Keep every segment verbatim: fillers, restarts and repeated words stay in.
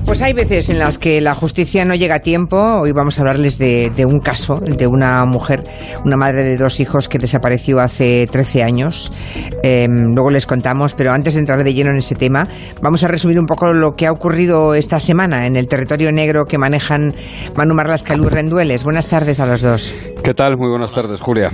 Pues hay veces en las que la justicia no llega a tiempo. Hoy vamos a hablarles de, de un caso, el de una mujer, una madre de dos hijos que desapareció hace trece años. Eh, luego les contamos, pero antes de entrar de lleno en ese tema, vamos a resumir un poco lo que ha ocurrido esta semana en el territorio negro que manejan Manu Marlasca y Luis Rendueles. Buenas tardes a los dos. ¿Qué tal? Muy buenas tardes, Julia.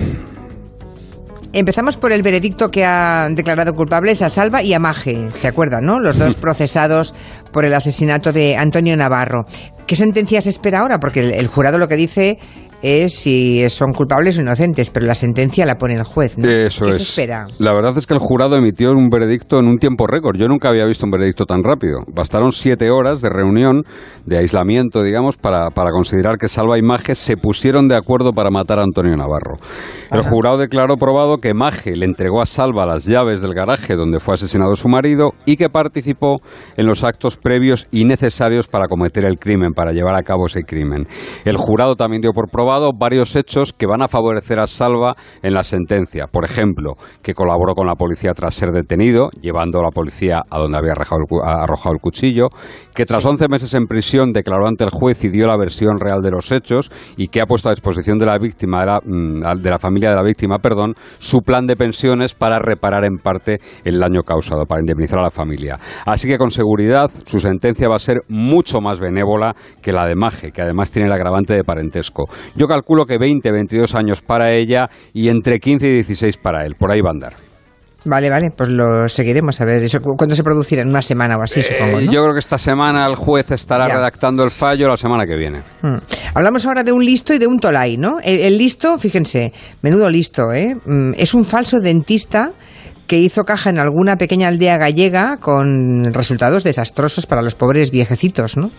Empezamos por el veredicto que ha declarado culpables a Salva y a Maje, ¿se acuerdan, no? Los dos procesados por el asesinato de Antonio Navarro. ¿Qué sentencia se espera ahora? Porque el, el jurado lo que dice es si son culpables o inocentes, pero la sentencia la pone el juez, ¿no? Eso ¿Qué es. se espera? La verdad es que el jurado emitió un veredicto en un tiempo récord. Yo nunca había visto un veredicto tan rápido. Bastaron siete horas de reunión, de aislamiento, digamos, para, para considerar que Salva y Maje se pusieron de acuerdo para matar a Antonio Navarro. El Ajá. jurado declaró probado que Maje le entregó a Salva las llaves del garaje donde fue asesinado su marido y que participó en los actos previos y necesarios para cometer el crimen, para llevar a cabo ese crimen. El jurado también dio por probado varios hechos que van a favorecer a Salva en la sentencia. Por ejemplo, que colaboró con la policía tras ser detenido, llevando a la policía a donde había arrojado el, arrojado el cuchillo, que tras once meses en prisión declaró ante el juez y dio la versión real de los hechos y que ha puesto a disposición de la víctima, de la, de la familia de la víctima, perdón, su plan de pensiones para reparar en parte el daño causado, para indemnizar a la familia. Así que con seguridad su sentencia va a ser mucho más benévola que la de Maje, que además tiene el agravante de parentesco. Yo calculo que veinte, veintidós años para ella y entre quince y dieciséis para él. Por ahí va a andar. Vale, vale, pues lo seguiremos. A ver, ¿eso cuándo se producirá? ¿En una semana o así, eh, supongo, ¿no? Yo creo que esta semana el juez estará ya redactando el fallo la semana que viene. Hmm. Hablamos ahora de un listo y de un tolai, ¿no? El, el listo, fíjense, menudo listo, ¿eh? Es un falso dentista que hizo caja en alguna pequeña aldea gallega con resultados desastrosos para los pobres viejecitos, ¿no?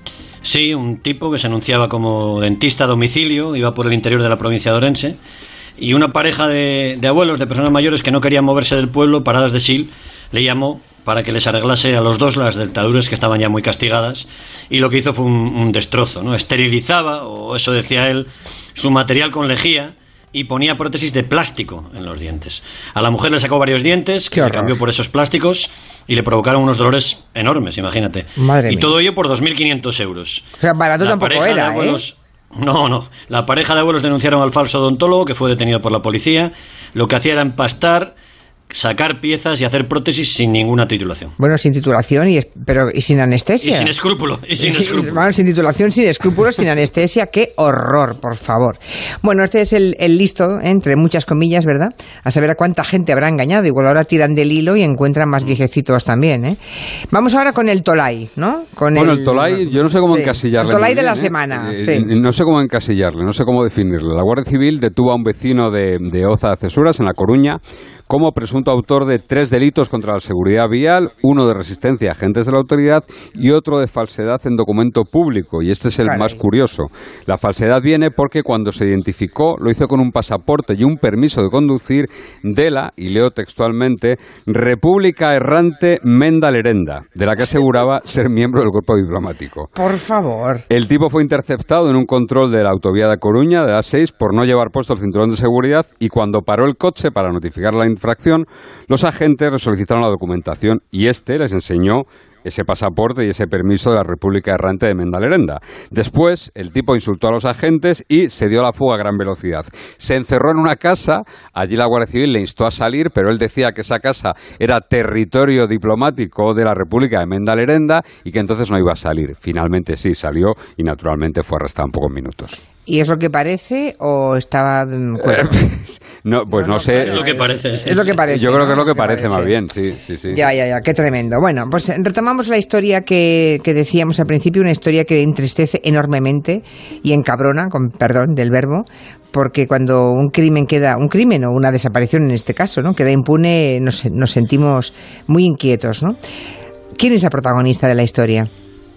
Sí, un tipo que se anunciaba como dentista a domicilio, iba por el interior de la provincia de Orense, y una pareja de, de abuelos, de personas mayores que no querían moverse del pueblo, paradas de Sil, le llamó para que les arreglase a los dos las dentaduras que estaban ya muy castigadas, y lo que hizo fue un, un destrozo, ¿no? Esterilizaba, o eso decía él, su material con lejía, y ponía prótesis de plástico en los dientes. A la mujer le sacó varios dientes, que le cambió por esos plásticos y le provocaron unos dolores enormes, imagínate. Madre y mía. todo ello por dos mil quinientos euros. O sea, barato la tampoco era, abuelos, ¿eh? No, no. La pareja de abuelos denunciaron al falso odontólogo, que fue detenido por la policía. Lo que hacía era empastar, sacar piezas y hacer prótesis sin ninguna titulación. Bueno, sin titulación, y, pero y sin anestesia. Y sin escrúpulo. Y sin, sin, escrúpulo. Bueno, sin titulación, sin escrúpulos, sin anestesia. ¡Qué horror, por favor! Bueno, este es el, el listo, ¿eh? Entre muchas comillas, ¿verdad? A saber a cuánta gente habrá engañado. Igual ahora tiran del hilo y encuentran más viejecitos también, ¿eh? Vamos ahora con el tolai, ¿no? Con bueno, el, el tolai, yo no sé cómo sí, encasillarle. El tolai de la ¿eh? semana, eh, sí. No sé cómo encasillarle, no sé cómo definirle. La Guardia Civil detuvo a un vecino de, de Oza de Cesuras, en La Coruña, como presunto autor de tres delitos contra la seguridad vial, uno de resistencia a agentes de la autoridad y otro de falsedad en documento público. Y este es el Caray. más curioso. La falsedad viene porque cuando se identificó lo hizo con un pasaporte y un permiso de conducir de la, y leo textualmente, República Errante Menda Lerenda, de la que aseguraba ser miembro del cuerpo diplomático. Por favor. El tipo fue interceptado en un control de la autovía de Coruña, de la A seis, por no llevar puesto el cinturón de seguridad, y cuando paró el coche para notificar la infracción, los agentes le solicitaron la documentación y este les enseñó ese pasaporte y ese permiso de la República Errante de Menda Lerenda. Después, el tipo insultó a los agentes y se dio a la fuga a gran velocidad. Se encerró en una casa, allí la Guardia Civil le instó a salir, pero él decía que esa casa era territorio diplomático de la República de Menda Lerenda y que entonces no iba a salir. Finalmente sí, salió y naturalmente fue arrestado en pocos minutos. ¿Y es lo que parece o estaba cuerdo? no, pues no, no sé. Es lo que parece. Es, es lo que parece. Yo creo que es lo que, que parece, parece más bien, sí, sí, sí. Ya, ya, ya, qué tremendo. Bueno, pues retomamos la historia que, que decíamos al principio, una historia que entristece enormemente y encabrona, con perdón del verbo, porque cuando un crimen queda, un crimen o una desaparición en este caso, ¿no? Queda impune, nos, nos sentimos muy inquietos, ¿no? ¿Quién es la protagonista de la historia?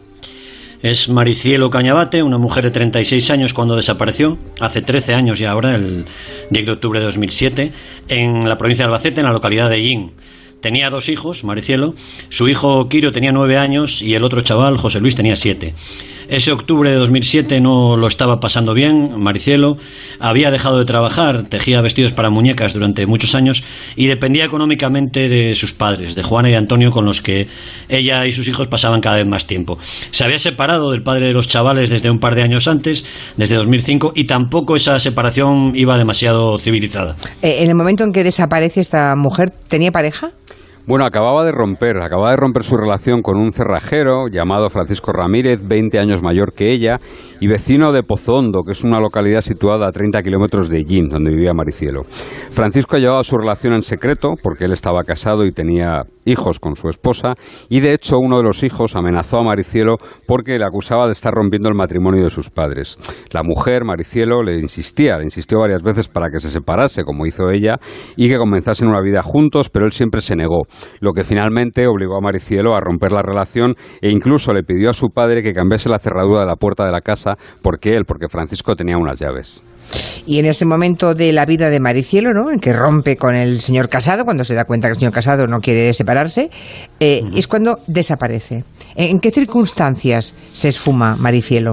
Es Maricielo Cañabate, una mujer de treinta y seis años cuando desapareció, hace trece años ya ahora, el diez de octubre de dos mil siete, en la provincia de Albacete, en la localidad de Illín. Tenía dos hijos, Maricielo, su hijo Quiro tenía nueve años y el otro chaval, José Luis, tenía siete. Ese octubre de dos mil siete no lo estaba pasando bien. Maricielo había dejado de trabajar, tejía vestidos para muñecas durante muchos años y dependía económicamente de sus padres, de Juana y de Antonio, con los que ella y sus hijos pasaban cada vez más tiempo. Se había separado del padre de los chavales desde un par de años antes, desde dos mil cinco, y tampoco esa separación iba demasiado civilizada. Eh, en el momento en que desaparece esta mujer, ¿tenía pareja? Bueno, acababa de romper, acababa de romper su relación con un cerrajero llamado Francisco Ramírez, veinte años mayor que ella, y vecino de Pozondo, que es una localidad situada a treinta kilómetros de Ellín, donde vivía Maricielo. Francisco llevaba su relación en secreto, porque él estaba casado y tenía hijos con su esposa, y de hecho uno de los hijos amenazó a Maricielo porque le acusaba de estar rompiendo el matrimonio de sus padres. La mujer, Maricielo, le insistía, le insistió varias veces para que se separase, como hizo ella, y que comenzasen una vida juntos, pero él siempre se negó, lo que finalmente obligó a Maricielo a romper la relación e incluso le pidió a su padre que cambiase la cerradura de la puerta de la casa, porque él, porque Francisco tenía unas llaves. Y en ese momento de la vida de Maricielo, ¿no?, en que rompe con el señor Casado, cuando se da cuenta que el señor Casado no quiere separarse, eh, uh-huh. es cuando desaparece. ¿En qué circunstancias se esfuma Maricielo?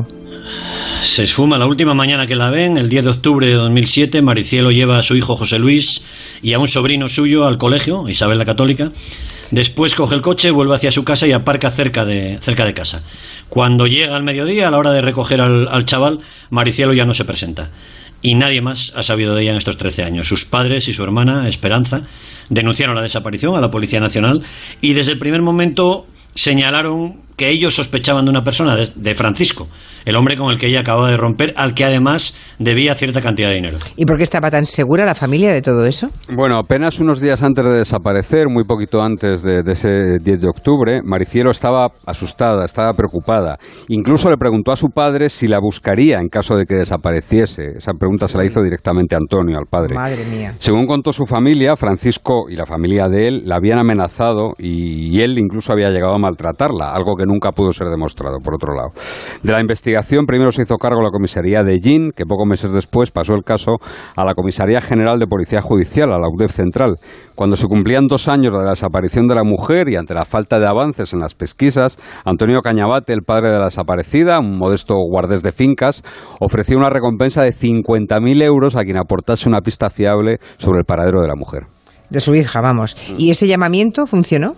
Se esfuma la última mañana que la ven, el diez de octubre de dos mil siete. Maricielo lleva a su hijo José Luis y a un sobrino suyo al colegio, Isabel la Católica. Después coge el coche, vuelve hacia su casa y aparca cerca de, cerca de casa. Cuando llega al mediodía, a la hora de recoger al, al chaval, Maricielo ya no se presenta. Y nadie más ha sabido de ella en estos trece años. Sus padres y su hermana, Esperanza, denunciaron la desaparición a la Policía Nacional y desde el primer momento señalaron que ellos sospechaban de una persona, de, de Francisco, el hombre con el que ella acababa de romper, al que además debía cierta cantidad de dinero. ¿Y por qué estaba tan segura la familia de todo eso? Bueno, apenas unos días antes de desaparecer, muy poquito antes de, de ese diez de octubre, Maricielo estaba asustada, estaba preocupada. Incluso le preguntó a su padre si la buscaría en caso de que desapareciese. Esa pregunta se la hizo directamente a Antonio, al padre. Madre mía. Según contó su familia, Francisco y la familia de él la habían amenazado y, y él incluso había llegado a maltratarla, algo que nunca pudo ser demostrado, por otro lado. De la investigación primero se hizo cargo la comisaría de Ellín, que pocos meses después pasó el caso a la Comisaría General de Policía Judicial, a la U D E F Central. Cuando se cumplían dos años de la desaparición de la mujer y ante la falta de avances en las pesquisas, Antonio Cañabate, el padre de la desaparecida, un modesto guardés de fincas, ofreció una recompensa de cincuenta mil euros a quien aportase una pista fiable sobre el paradero de la mujer. De su hija, vamos. ¿Y ese llamamiento funcionó?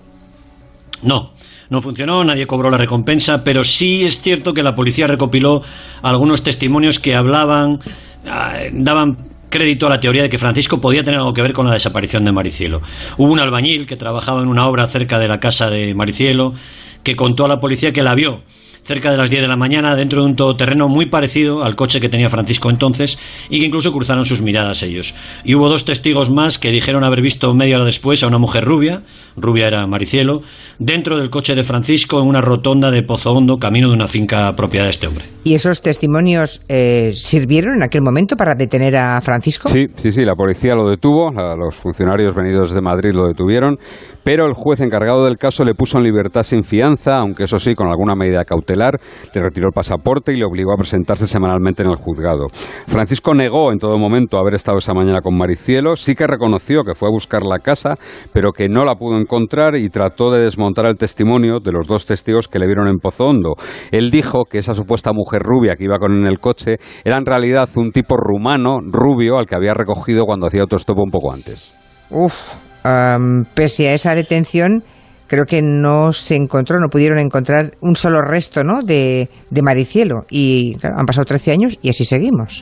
No. No funcionó, nadie cobró la recompensa, pero sí es cierto que la policía recopiló algunos testimonios que hablaban, eh, daban crédito a la teoría de que Francisco podía tener algo que ver con la desaparición de Maricielo. Hubo un albañil que trabajaba en una obra cerca de la casa de Maricielo, que contó a la policía que la vio cerca de las diez de la mañana dentro de un todoterreno muy parecido al coche que tenía Francisco entonces y que incluso cruzaron sus miradas ellos. Y hubo dos testigos más que dijeron haber visto media hora después a una mujer rubia, rubia era Maricielo, dentro del coche de Francisco en una rotonda de Pozo Hondo, camino de una finca propiedad de este hombre. ¿Y esos testimonios eh, sirvieron en aquel momento para detener a Francisco? Sí, sí, sí, la policía lo detuvo, la, los funcionarios venidos de Madrid lo detuvieron, pero el juez encargado del caso le puso en libertad sin fianza, aunque eso sí, con alguna medida cautelar, le retiró el pasaporte y le obligó a presentarse semanalmente en el juzgado. Francisco negó en todo momento haber estado esa mañana con Maricielo, sí que reconoció que fue a buscar la casa, pero que no la pudo encontrar y trató de desmontar el testimonio de los dos testigos que le vieron en Pozo Hondo. Él dijo que esa supuesta mujer rubia que iba con él en el coche era en realidad un tipo rumano, rubio, al que había recogido cuando hacía autostop un poco antes. Uf, um, pese a esa detención, creo que no se encontró, no pudieron encontrar un solo resto, ¿no?, de, de Maricielo. Y claro, han pasado trece años y así seguimos.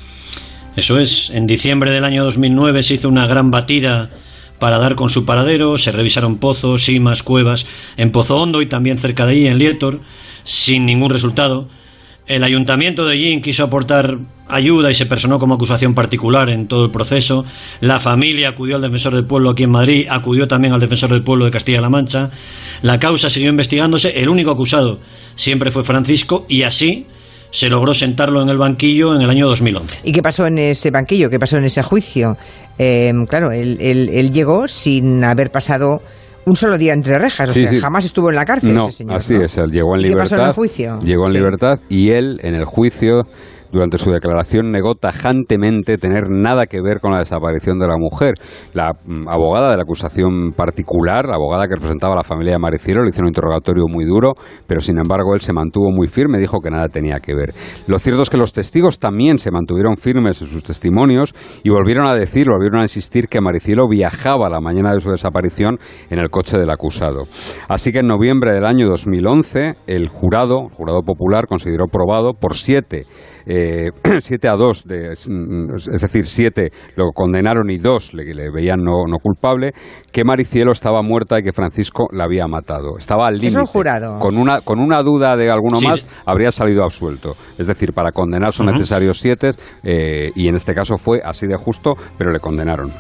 Eso es. En diciembre del año dos mil nueve se hizo una gran batida para dar con su paradero. Se revisaron pozos, simas, cuevas en Pozo Hondo y también cerca de allí, en Lietor, sin ningún resultado. El ayuntamiento de Ellín quiso aportar ayuda y se personó como acusación particular en todo el proceso. La familia acudió al defensor del pueblo aquí en Madrid, acudió también al defensor del pueblo de Castilla-La Mancha. La causa siguió investigándose, el único acusado siempre fue Francisco y así se logró sentarlo en el banquillo en el año dos mil once. ¿Y qué pasó en ese banquillo? ¿Qué pasó en ese juicio? Eh, claro, él, él, él llegó sin haber pasado un solo día entre rejas, o sí, sea, sí. jamás estuvo en la cárcel no, ese señor. así ¿no? es, él llegó en ¿Y libertad. ¿Qué pasó en el juicio? Llegó en sí. libertad y él en el juicio Durante su declaración negó tajantemente tener nada que ver con la desaparición de la mujer. La mm, abogada de la acusación particular, la abogada que representaba a la familia de Maricielo, le hizo un interrogatorio muy duro, pero sin embargo él se mantuvo muy firme, dijo que nada tenía que ver. Lo cierto es que los testigos también se mantuvieron firmes en sus testimonios y volvieron a decir, volvieron a insistir que Maricielo viajaba la mañana de su desaparición en el coche del acusado. Así que en noviembre del año dos mil once el jurado, el jurado popular, consideró probado por siete Eh, siete a dos, de, es decir, siete lo condenaron y dos le, le veían no, no culpable, que Maricielo estaba muerta y que Francisco la había matado. Estaba al límite. Es un jurado. Con una, con una duda de alguno sí. más, habría salido absuelto. Es decir, para condenar son uh-huh. necesarios siete, eh, y en este caso fue así de justo, pero le condenaron.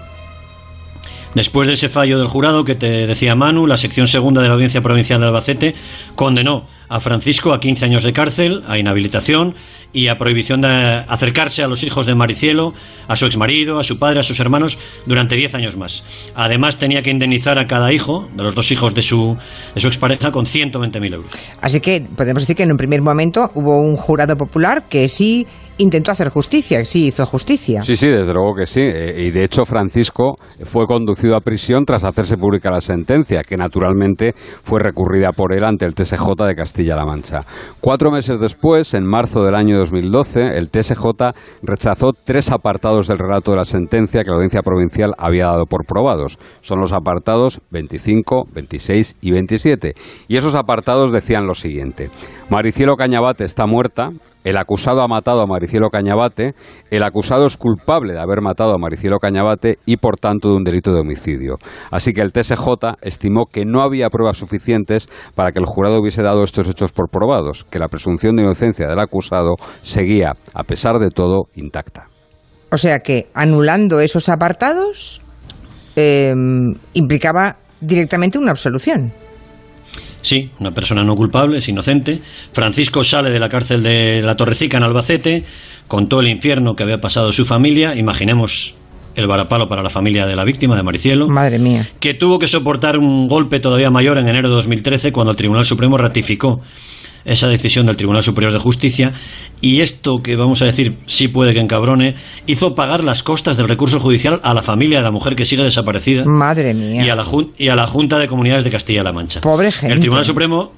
Después de ese fallo del jurado que te decía Manu, la sección segunda de la Audiencia Provincial de Albacete condenó a Francisco a quince años de cárcel, a inhabilitación y a prohibición de acercarse a los hijos de Maricielo, a su exmarido, a su padre, a sus hermanos, durante diez años más. Además, tenía que indemnizar a cada hijo, de los dos hijos de su, de su expareja, con ciento veinte mil euros. Así que podemos decir que en un primer momento hubo un jurado popular que sí intentó hacer justicia, que sí hizo justicia. Sí, sí, desde luego que sí. Y de hecho Francisco fue conducido a prisión tras hacerse pública la sentencia, que naturalmente fue recurrida por él ante el T S J de Castilla-La Mancha. Cuatro meses después, en marzo del año dos mil doce, el T S J rechazó tres apartados del relato de la sentencia que la Audiencia Provincial había dado por probados. Son los apartados veinticinco, veintiséis y veintisiete. Y esos apartados decían lo siguiente: Maricielo Cañabate está muerta, el acusado ha matado a Maricielo Cañabate, el acusado es culpable de haber matado a Maricielo Cañabate y por tanto de un delito de homicidio. Así que el T S J estimó que no había pruebas suficientes para que el jurado hubiese dado estos hechos por probados, que la presunción de inocencia del acusado seguía, a pesar de todo, intacta. O sea que anulando esos apartados eh, implicaba directamente una absolución. Sí, una persona no culpable, es inocente. Francisco sale de la cárcel de La Torrecica en Albacete, contó el infierno que había pasado su familia. Imaginemos el varapalo para la familia de la víctima, de Maricielo. Madre mía. Que tuvo que soportar un golpe todavía mayor en enero de dos mil trece, cuando el Tribunal Supremo ratificó esa decisión del Tribunal Superior de Justicia, y esto que vamos a decir sí puede que encabrone, hizo pagar las costas del recurso judicial a la familia de la mujer que sigue desaparecida. Madre mía. Y a la, y a la Junta de Comunidades de Castilla-La Mancha. Pobre gente. El Tribunal Supremo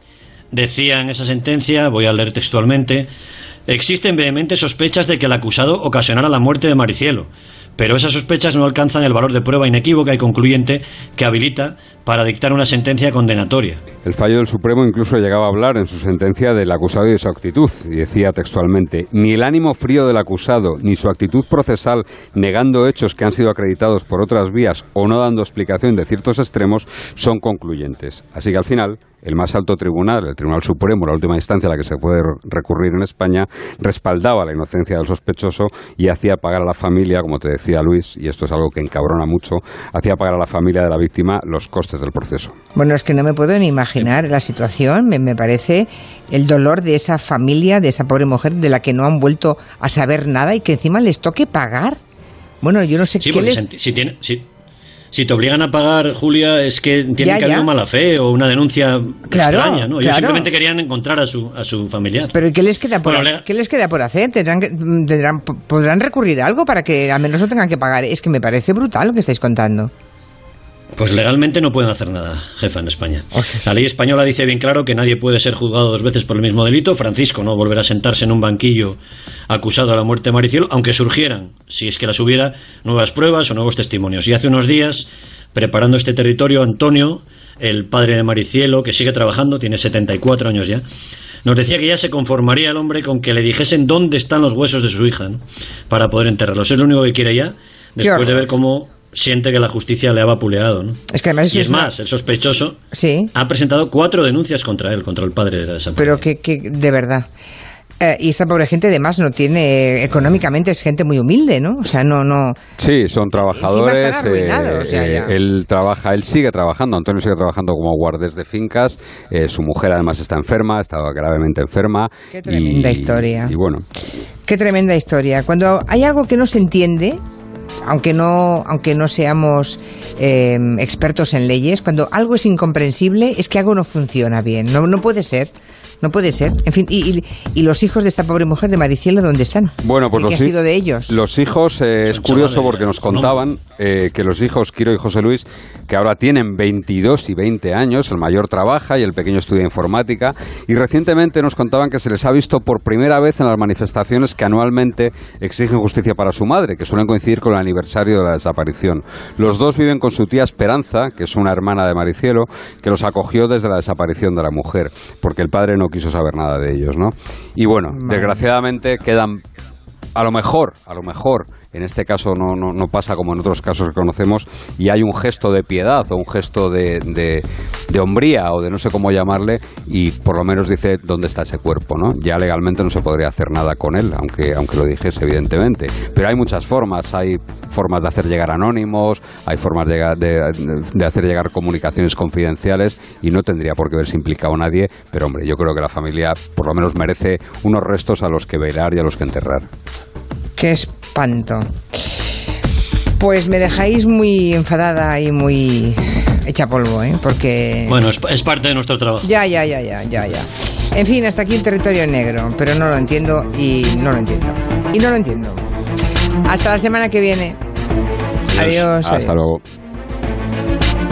decía en esa sentencia, voy a leer textualmente: existen vehementes sospechas de que el acusado ocasionara la muerte de Maricielo, pero esas sospechas no alcanzan el valor de prueba inequívoca y concluyente que habilita para dictar una sentencia condenatoria. El fallo del Supremo incluso llegaba a hablar en su sentencia del acusado y de su actitud, y decía textualmente: ni el ánimo frío del acusado, ni su actitud procesal negando hechos que han sido acreditados por otras vías o no dando explicación de ciertos extremos son concluyentes. Así que al final, el más alto tribunal, el Tribunal Supremo, la última instancia a la que se puede recurrir en España, respaldaba la inocencia del sospechoso y hacía pagar a la familia, como te decía Luis, y esto es algo que encabrona mucho, hacía pagar a la familia de la víctima los costes del proceso. Bueno, es que no me puedo ni imaginar la situación. Me, me parece el dolor de esa familia, de esa pobre mujer de la que no han vuelto a saber nada y que encima les toque pagar. Bueno, yo no sé sí, qué les... Si, si, tiene, si, si te obligan a pagar, Julia, es que tienen ya, que haber una mala fe o una denuncia claro, extraña, ¿no? Ellos claro. simplemente querían encontrar a su, a su familiar. Pero ¿y qué les queda por, bueno, hacer? le... ¿Qué les queda por hacer? ¿Tendrán que, tendrán, ¿Podrán recurrir a algo para que al menos no tengan que pagar? Es que me parece brutal lo que estáis contando. Pues legalmente no pueden hacer nada, jefa, en España. La ley española dice bien claro que nadie puede ser juzgado dos veces por el mismo delito. Francisco no volverá a sentarse en un banquillo acusado de la muerte de Maricielo, aunque surgieran, si es que las hubiera, nuevas pruebas o nuevos testimonios. Y hace unos días, preparando este territorio, Antonio, el padre de Maricielo, que sigue trabajando, tiene setenta y cuatro años ya, nos decía que ya se conformaría el hombre con que le dijesen dónde están los huesos de su hija, ¿no?, para poder enterrarlos. Es lo único que quiere ya, después de ver cómo siente que la justicia le ha vapuleado, ¿no? Es que además y es, es más, una... el sospechoso ¿sí? ha presentado cuatro denuncias contra él, contra el padre de la desaparecida. Pero que, que de verdad. Eh, y esta pobre gente además no tiene, económicamente es gente muy humilde, ¿no? O sea, no, no. Sí, son trabajadores. Eh, o sea, eh, él trabaja, él sigue trabajando, Antonio sigue trabajando como guardes de fincas. Eh, su mujer además está enferma, estaba gravemente enferma. Qué tremenda y, historia. Y, y bueno. Qué tremenda historia. Cuando hay algo que no se entiende, aunque no, aunque no seamos eh, expertos en leyes, cuando algo es incomprensible es que algo no funciona bien. No, no puede ser. No puede ser. En fin, y, y, y los hijos de esta pobre mujer de Mariciela, ¿dónde están? Bueno, pues ¿Y qué los ha sido de ellos? Los hijos, eh, es curioso porque nos contaban eh, que los hijos, Kiro y José Luis, que ahora tienen veintidós y veinte años, el mayor trabaja y el pequeño estudia informática, y recientemente nos contaban que se les ha visto por primera vez en las manifestaciones que anualmente exigen justicia para su madre, que suelen coincidir con el aniversario de la desaparición. Los dos viven con su tía Esperanza, que es una hermana de Maricielo, que los acogió desde la desaparición de la mujer, porque el padre no quiso saber nada de ellos, ¿no? Y bueno, vale. Desgraciadamente quedan, a lo mejor, a lo mejor, en este caso no, no, no pasa como en otros casos que conocemos, y hay un gesto de piedad o un gesto de, de, de hombría o de no sé cómo llamarle, y por lo menos dice dónde está ese cuerpo, ¿no? Ya legalmente no se podría hacer nada con él, aunque, aunque lo dijese evidentemente, pero hay muchas formas, hay formas de hacer llegar anónimos, hay formas de, de, de hacer llegar comunicaciones confidenciales, y no tendría por qué verse implicado nadie, pero hombre, yo creo que la familia por lo menos merece unos restos a los que velar y a los que enterrar. ¡Qué espanto! Pues me dejáis muy enfadada y muy hecha polvo, ¿eh? Porque... Bueno, es, es parte de nuestro trabajo. Ya, ya, ya, ya, ya, ya. En fin, hasta aquí el territorio negro, pero no lo entiendo y no lo entiendo. Y no lo entiendo. Hasta la semana que viene. Adiós. Hasta adiós. luego.